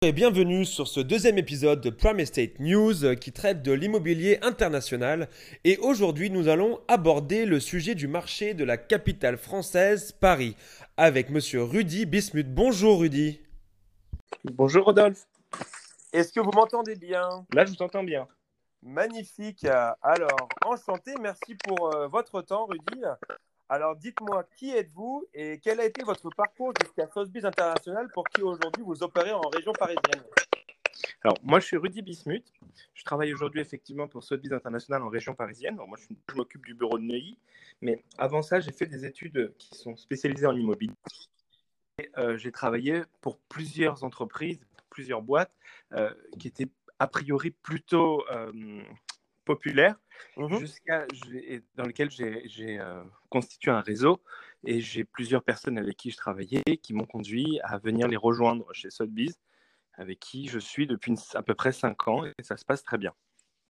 Et bienvenue sur ce deuxième épisode de Prime Estate News qui traite de l'immobilier international. Et aujourd'hui, nous allons aborder le sujet du marché de la capitale française, Paris, avec monsieur Rudy Bismuth. Bonjour Rudy. Bonjour Rodolphe, Est-ce que vous m'entendez bien? là je vous entends bien. Magnifique. Alors, enchanté. Merci pour votre temps, Rudy. Alors, dites-moi, qui êtes-vous et quel a été votre parcours jusqu'à Sotheby's International pour qui aujourd'hui vous opérez en région parisienne? Alors moi je suis Rudy Bismuth, je travaille aujourd'hui effectivement pour Sotheby's International en région parisienne. Alors, moi je m'occupe du bureau de Neuilly, mais avant ça j'ai fait des études qui sont spécialisées en immobilier. J'ai travaillé pour plusieurs entreprises, plusieurs boîtes qui étaient a priori plutôt populaires, dans lequel j'ai constitué un réseau et j'ai plusieurs personnes avec qui je travaillais qui m'ont conduit à venir les rejoindre chez Sotheby's, avec qui je suis depuis à peu près 5 ans et ça se passe très bien.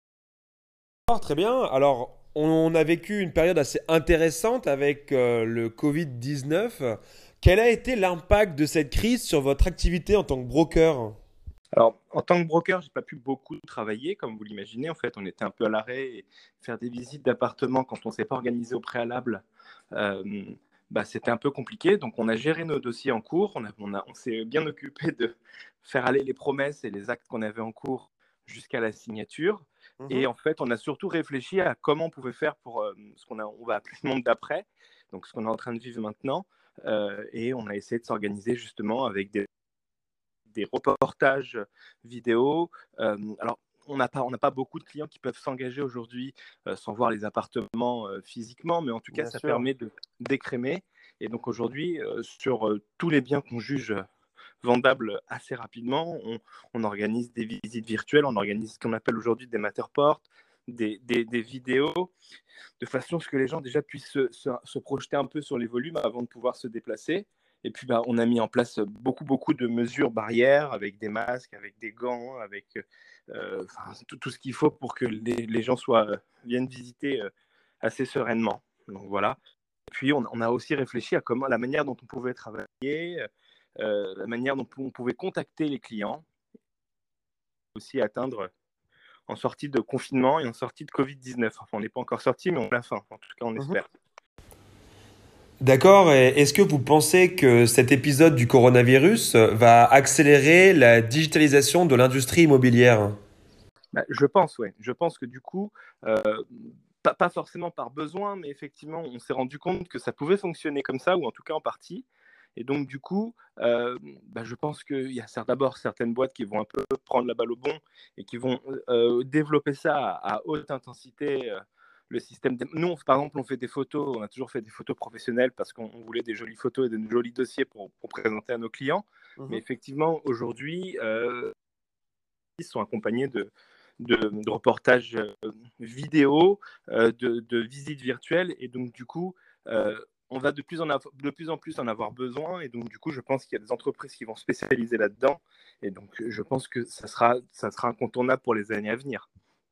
Très bien. Alors, on a vécu une période assez intéressante avec le Covid-19. Quel a été l'impact de cette crise sur votre activité en tant que broker? Alors, en tant que broker, j'ai pas pu beaucoup travailler, comme vous l'imaginez. En fait, on était un peu à l'arrêt et faire des visites d'appartements quand on ne s'est pas organisé au préalable, euh, c'était un peu compliqué. Donc, on a géré nos dossiers en cours. On s'est bien occupé de faire aller les promesses et les actes qu'on avait en cours jusqu'à la signature. Et Mhm. en fait, on a surtout réfléchi à comment on pouvait faire pour on va appeler le monde d'après, donc ce qu'on est en train de vivre maintenant. Et on a essayé de s'organiser justement avec des reportages vidéo. Alors, on n'a pas beaucoup de clients qui peuvent s'engager aujourd'hui sans voir les appartements physiquement, mais en tout cas, Bien ça sûr. permet d'écrémer. Et donc aujourd'hui, sur tous les biens qu'on juge vendables assez rapidement, on organise des visites virtuelles, on organise ce qu'on appelle aujourd'hui des Matterport, des vidéos, de façon à ce que les gens déjà puissent se projeter un peu sur les volumes avant de pouvoir se déplacer. Et puis, on a mis en place beaucoup de mesures barrières avec des masques, avec des gants, avec tout ce qu'il faut pour que les gens viennent visiter assez sereinement. Donc voilà. Puis, on a aussi réfléchi à la manière dont on pouvait travailler, la manière dont on pouvait contacter les clients, aussi atteindre en sortie de confinement et en sortie de Covid-19. Enfin, on n'est pas encore sorti, mais on l'a fin. En tout cas, on Mhm. espère. D'accord. Et est-ce que vous pensez que cet épisode du coronavirus va accélérer la digitalisation de l'industrie immobilière? Je pense, ouais. Je pense que du coup, euh, pas forcément par besoin, mais effectivement, on s'est rendu compte que ça pouvait fonctionner comme ça, ou en tout cas en partie. Et donc, du coup, je pense qu'il y a d'abord certaines boîtes qui vont un peu prendre la balle au bon et qui vont développer ça à haute intensité. Le système Nous, par exemple, on fait des photos, on a toujours fait des photos professionnelles parce qu'on voulait des jolies photos et des jolis dossiers pour présenter à nos clients. Mais Mhm. effectivement, aujourd'hui, ils sont accompagnés de reportages vidéo, de visites virtuelles. Et donc, du coup, on va de plus en plus en avoir besoin. Et donc, du coup, je pense qu'il y a des entreprises qui vont se spécialiser là-dedans. Et donc, je pense que ça sera incontournable pour les années à venir.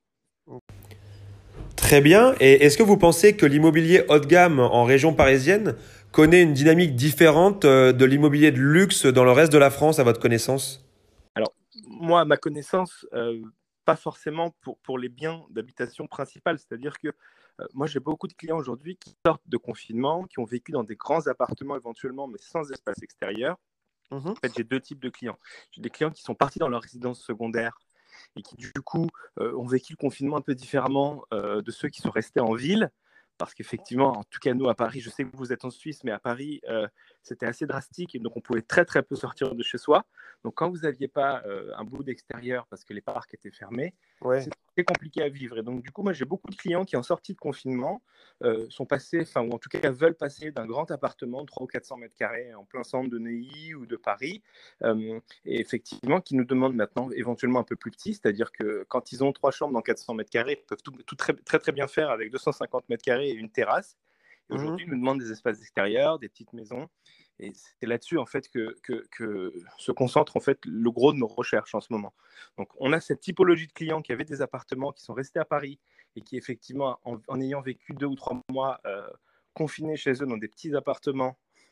Très bien. Et est-ce que vous pensez que l'immobilier haut de gamme en région parisienne connaît une dynamique différente de l'immobilier de luxe dans le reste de la France, à votre connaissance? Alors, moi, à ma connaissance, pas forcément pour les biens d'habitation principale. C'est-à-dire que moi, j'ai beaucoup de clients aujourd'hui qui sortent de confinement, qui ont vécu dans des grands appartements éventuellement, mais sans espace extérieur. Mhm. En fait, j'ai deux types de clients. J'ai des clients qui sont partis dans leur résidence secondaire et qui, du coup, ont vécu le confinement un peu différemment de ceux qui sont restés en ville. Parce qu'effectivement, en tout cas, nous, à Paris, je sais que vous êtes en Suisse, mais à Paris, c'était assez drastique et donc on pouvait très peu sortir de chez soi. Donc, quand vous n'aviez pas un bout d'extérieur parce que les parcs étaient fermés, Ouais. c'était compliqué à vivre. Et donc, du coup, moi, j'ai beaucoup de clients qui, en sortie de confinement, sont passés, enfin, ou en tout cas veulent passer d'un grand appartement de 300 ou 400 mètres carrés en plein centre de Neuilly ou de Paris, et effectivement, qui nous demandent maintenant éventuellement un peu plus petit, c'est-à-dire que quand ils ont 3 chambres dans 400 mètres carrés, ils peuvent tout très bien faire avec 250 mètres carrés et une terrasse. Et Mhm. aujourd'hui, ils nous demandent des espaces extérieurs, des petites maisons. Et c'est là-dessus en fait que se concentre en fait le gros de nos recherches en ce moment. Donc on a cette typologie de clients qui avaient des appartements, qui sont restés à Paris et qui effectivement, en ayant vécu 2 ou 3 mois confinés chez eux dans des petits appartements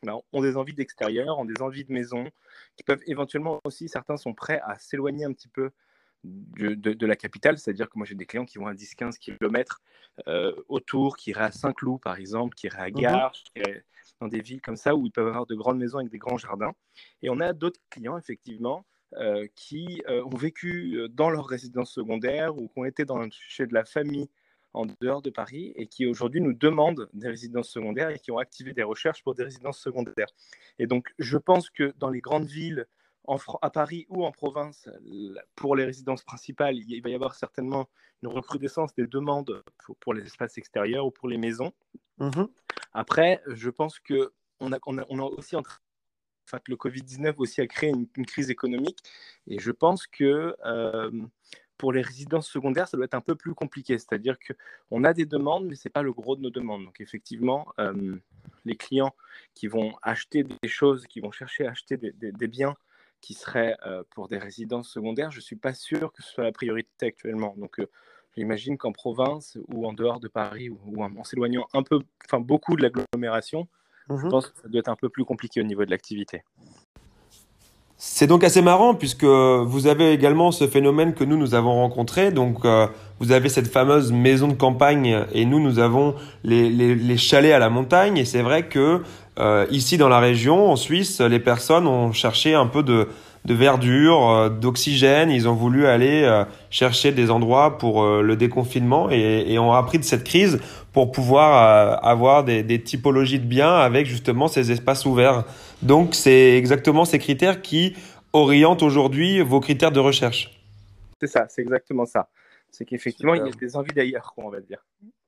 ben, ont des envies d'extérieur, ont des envies de maison, qui peuvent éventuellement aussi, certains sont prêts à s'éloigner un petit peu de la capitale, c'est-à-dire que moi j'ai des clients qui vont à 10-15 km autour, qui iraient à Saint-Cloud par exemple, qui iraient à Mhm. Garches, qui iraient dans des villes comme ça où ils peuvent avoir de grandes maisons avec des grands jardins. Et on a d'autres clients effectivement qui ont vécu dans leur résidence secondaire ou qui ont été chez de la famille en dehors de Paris et qui aujourd'hui nous demandent des résidences secondaires et qui ont activé des recherches pour des résidences secondaires. Et donc je pense que dans les grandes villes, à Paris ou en province, pour les résidences principales, il va y avoir certainement une recrudescence des demandes pour les espaces extérieurs ou pour les maisons. Mhm. Après, je pense qu'on a aussi en train enfin, que le Covid-19 aussi a créé une crise économique. Et je pense que pour les résidences secondaires, ça doit être un peu plus compliqué. C'est-à-dire qu'on a des demandes, mais ce n'est pas le gros de nos demandes. Donc effectivement, les clients qui vont acheter des choses, qui vont chercher à acheter des biens qui seraient pour des résidences secondaires, je ne suis pas sûr que ce soit la priorité actuellement. Donc j'imagine qu'en province ou en dehors de Paris ou en s'éloignant un peu, enfin beaucoup de l'agglomération, je Mhm. pense que ça doit être un peu plus compliqué au niveau de l'activité. C'est donc assez marrant puisque vous avez également ce phénomène que nous avons rencontré. Donc, vous avez cette fameuse maison de campagne et nous avons les chalets à la montagne. Et c'est vrai que ici dans la région, en Suisse, les personnes ont cherché un peu de verdure, d'oxygène. Ils ont voulu aller chercher des endroits pour le déconfinement et ont appris de cette crise pour pouvoir avoir des typologies de biens avec justement ces espaces ouverts. Donc, c'est exactement ces critères qui orientent aujourd'hui vos critères de recherche. C'est ça, c'est exactement ça. C'est qu'effectivement, il y Super. a des envies d'ailleurs, quoi, on va dire.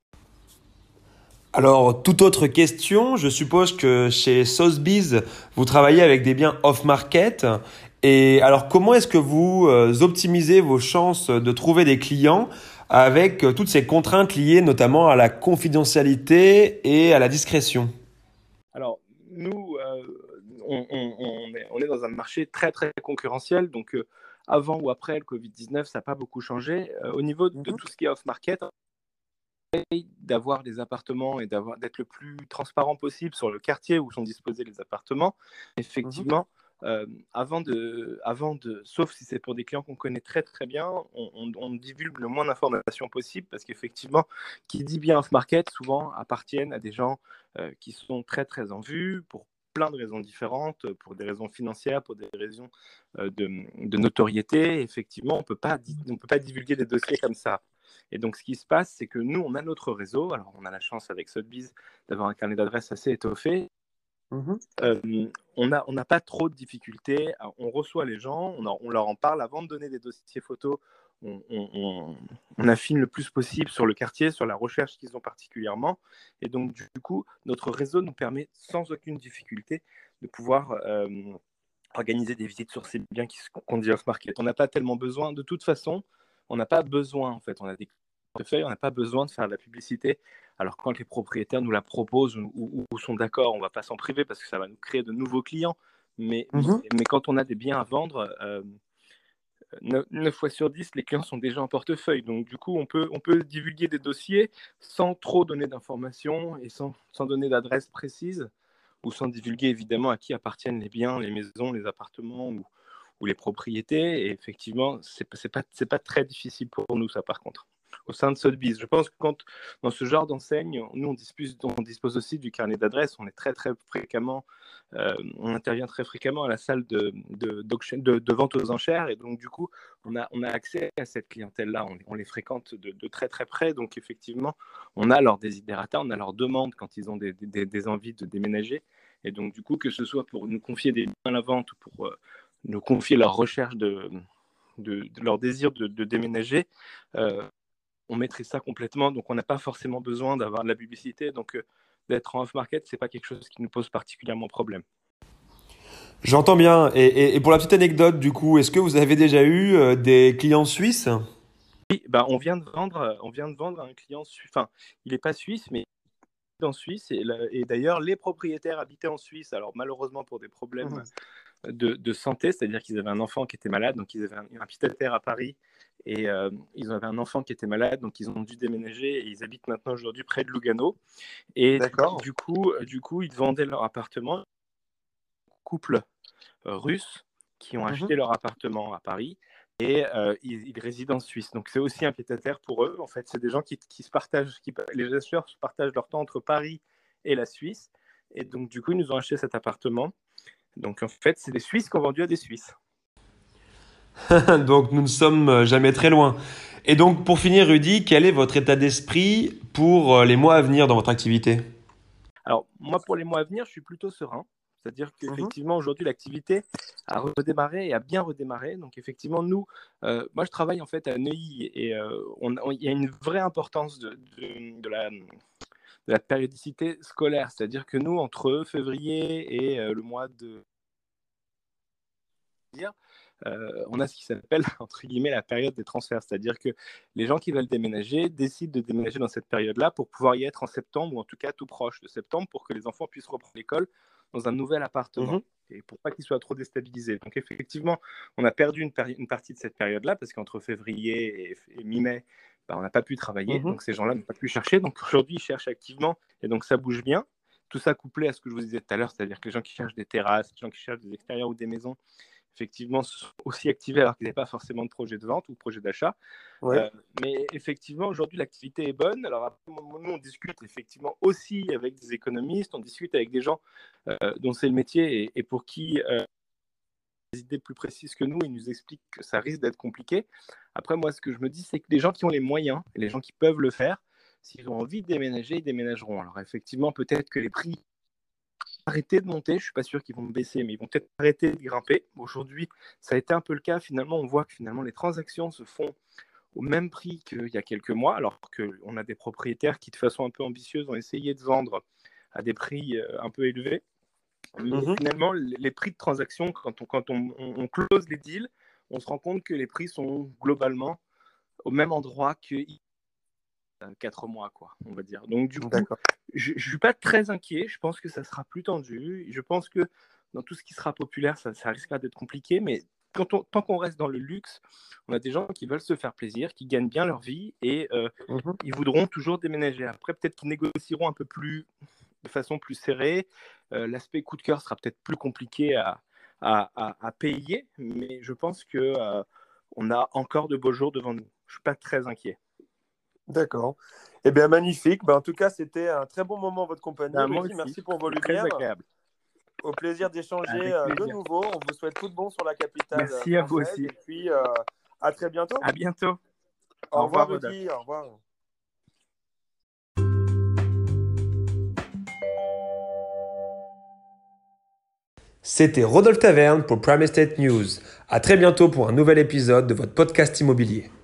Alors, toute autre question, je suppose que chez Sotheby's, vous travaillez avec des biens off-market. Et alors, comment est-ce que vous optimisez vos chances de trouver des clients avec toutes ces contraintes liées notamment à la confidentialité et à la discrétion? Alors, nous, on est dans un marché très, très concurrentiel. Donc, avant ou après le Covid-19, ça n'a pas beaucoup changé. Au niveau de Mhm, tout ce qui est off-market, d'avoir des appartements et d'être le plus transparent possible sur le quartier où sont disposés les appartements. mhm, Effectivement, sauf si c'est pour des clients qu'on connaît très très bien, on divulgue le moins d'informations possible parce qu'effectivement, qui dit bien off-market, souvent appartiennent à des gens qui sont très très en vue pour plein de raisons différentes, pour des raisons financières, pour des raisons de notoriété. Effectivement, on ne peut pas divulguer des dossiers comme ça. Et donc, ce qui se passe, c'est que nous, on a notre réseau. Alors, on a la chance avec Sotheby's d'avoir un carnet d'adresses assez étoffé. mhm. On n'a pas trop de difficultés. On reçoit les gens, on leur en parle avant de donner des dossiers photos. On affine le plus possible sur le quartier, sur la recherche qu'ils ont particulièrement. Et donc, du coup, notre réseau nous permet sans aucune difficulté de pouvoir organiser des visites sur ces biens qu'on dit off-market. On n'a pas tellement besoin. De toute façon, on n'a pas besoin, en fait. On a des portefeuilles, on n'a pas besoin de faire de la publicité. Alors, quand les propriétaires nous la proposent ou sont d'accord, on ne va pas s'en priver parce que ça va nous créer de nouveaux clients. Mhm. Mais quand on a des biens à vendre, 9 fois sur 10, les clients sont déjà en portefeuille. Donc, du coup, on peut divulguer des dossiers sans trop donner d'informations et sans donner d'adresse précise ou sans divulguer évidemment à qui appartiennent les biens, les maisons, les appartements ou les propriétés. Et effectivement, c'est pas très difficile pour nous, ça, par contre. Au sein de Sotheby's, je pense que dans ce genre d'enseigne, nous, on dispose aussi du carnet d'adresses. On est très, très fréquemment, on intervient très fréquemment à la salle de vente aux enchères. Et donc, du coup, on a accès à cette clientèle-là. On les fréquente de très, très près. Donc, effectivement, on a leurs desiderata, on a leurs demandes quand ils ont des envies de déménager. Et donc, du coup, que ce soit pour nous confier des biens à la vente ou pour nous confier leur recherche de leur désir de déménager, on maîtrise ça complètement. Donc, on n'a pas forcément besoin d'avoir de la publicité. Donc, d'être en off-market, ce n'est pas quelque chose qui nous pose particulièrement problème. J'entends bien. Et pour la petite anecdote, du coup, est-ce que vous avez déjà eu des clients suisses? Oui, on vient de vendre à un client suisse. Enfin, il n'est pas suisse, mais en Suisse. Et d'ailleurs, les propriétaires habitaient en Suisse. Alors, malheureusement, pour des problèmes Mhm. de santé, c'est-à-dire qu'ils avaient un enfant qui était malade, donc ils avaient un pied-à-terre à Paris, et ils avaient un enfant qui était malade, donc ils ont dû déménager, et ils habitent maintenant aujourd'hui près de Lugano. Et D'accord. du coup, ils vendaient leur appartement. couple russes qui ont acheté leur appartement à Paris et ils résident en Suisse. Donc c'est aussi un pied-à-terre pour eux. En fait, c'est des gens qui se partagent, les acheteurs se partagent leur temps entre Paris et la Suisse. Et donc du coup, ils nous ont acheté cet appartement. Donc en fait, c'est des Suisses qui ont vendu à des Suisses. Donc nous ne sommes jamais très loin. Et donc pour finir, Rudy, quel est votre état d'esprit pour les mois à venir dans votre activité? Alors moi, pour les mois à venir, je suis plutôt serein. C'est-à-dire qu'effectivement, aujourd'hui, l'activité a redémarré et a bien redémarré. Donc effectivement, nous, moi, je travaille en fait à Neuilly et il y a une vraie importance de la périodicité scolaire. C'est-à-dire que nous, entre février et le mois de on a ce qui s'appelle, entre guillemets, la période des transferts. C'est-à-dire que les gens qui veulent déménager décident de déménager dans cette période-là pour pouvoir y être en septembre, ou en tout cas tout proche de septembre, pour que les enfants puissent reprendre l'école dans un nouvel appartement. Et pour pas qu'ils soient trop déstabilisés. Donc effectivement, on a perdu une partie de cette période-là, parce qu'entre février et mi-mai, on n'a pas pu travailler. Donc ces gens-là n'ont pas pu chercher. Donc aujourd'hui, ils cherchent activement, et donc ça bouge bien. Tout ça couplé à ce que je vous disais tout à l'heure, c'est-à-dire que les gens qui cherchent des terrasses, les gens qui cherchent des extérieurs ou des maisons, effectivement, se sont aussi activés alors qu'ils n'avaient pas forcément de projet de vente ou de projet d'achat. Ouais. Mais effectivement, aujourd'hui, l'activité est bonne. Alors, après, nous, on discute effectivement aussi avec des économistes, on discute avec des gens dont c'est le métier et pour qui des idées plus précises que nous, ils nous expliquent que ça risque d'être compliqué. Après, moi, ce que je me dis, c'est que les gens qui ont les moyens et les gens qui peuvent le faire, s'ils ont envie de déménager, ils déménageront. Alors, effectivement, peut-être que les prix arrêter de monter, je suis pas sûr qu'ils vont baisser, mais ils vont peut-être arrêter de grimper. Aujourd'hui, ça a été un peu le cas. Finalement, on voit que finalement les transactions se font au même prix qu'il y a quelques mois, alors qu'on a des propriétaires qui, de façon un peu ambitieuse, ont essayé de vendre à des prix un peu élevés. Mais finalement, les prix de transaction, quand on close les deals, on se rend compte que les prix sont globalement au même endroit que 4 mois, quoi, on va dire. Donc, du coup, je ne suis pas très inquiet. Je pense que ça sera plus tendu. Je pense que dans tout ce qui sera populaire, ça risquera d'être compliqué. Mais tant qu'on reste dans le luxe, on a des gens qui veulent se faire plaisir, qui gagnent bien leur vie et ils voudront toujours déménager. Après, peut-être qu'ils négocieront un peu plus, de façon plus serrée. L'aspect coup de cœur sera peut-être plus compliqué à payer. Mais je pense qu'on a encore de beaux jours devant nous. Je ne suis pas très inquiet. D'accord. Eh bien, magnifique. En tout cas, c'était un très bon moment en votre compagnie. Moi Rudy, aussi. merci pour vos Très lumières. agréable. Au plaisir d'échanger de nouveau. On vous souhaite tout de bon sur la capitale Merci française. à vous aussi. Et puis, à très bientôt. À bientôt. Au revoir, Rudy. Au revoir. C'était Rodolphe Taverne pour Prime Estate News. À très bientôt pour un nouvel épisode de votre podcast immobilier.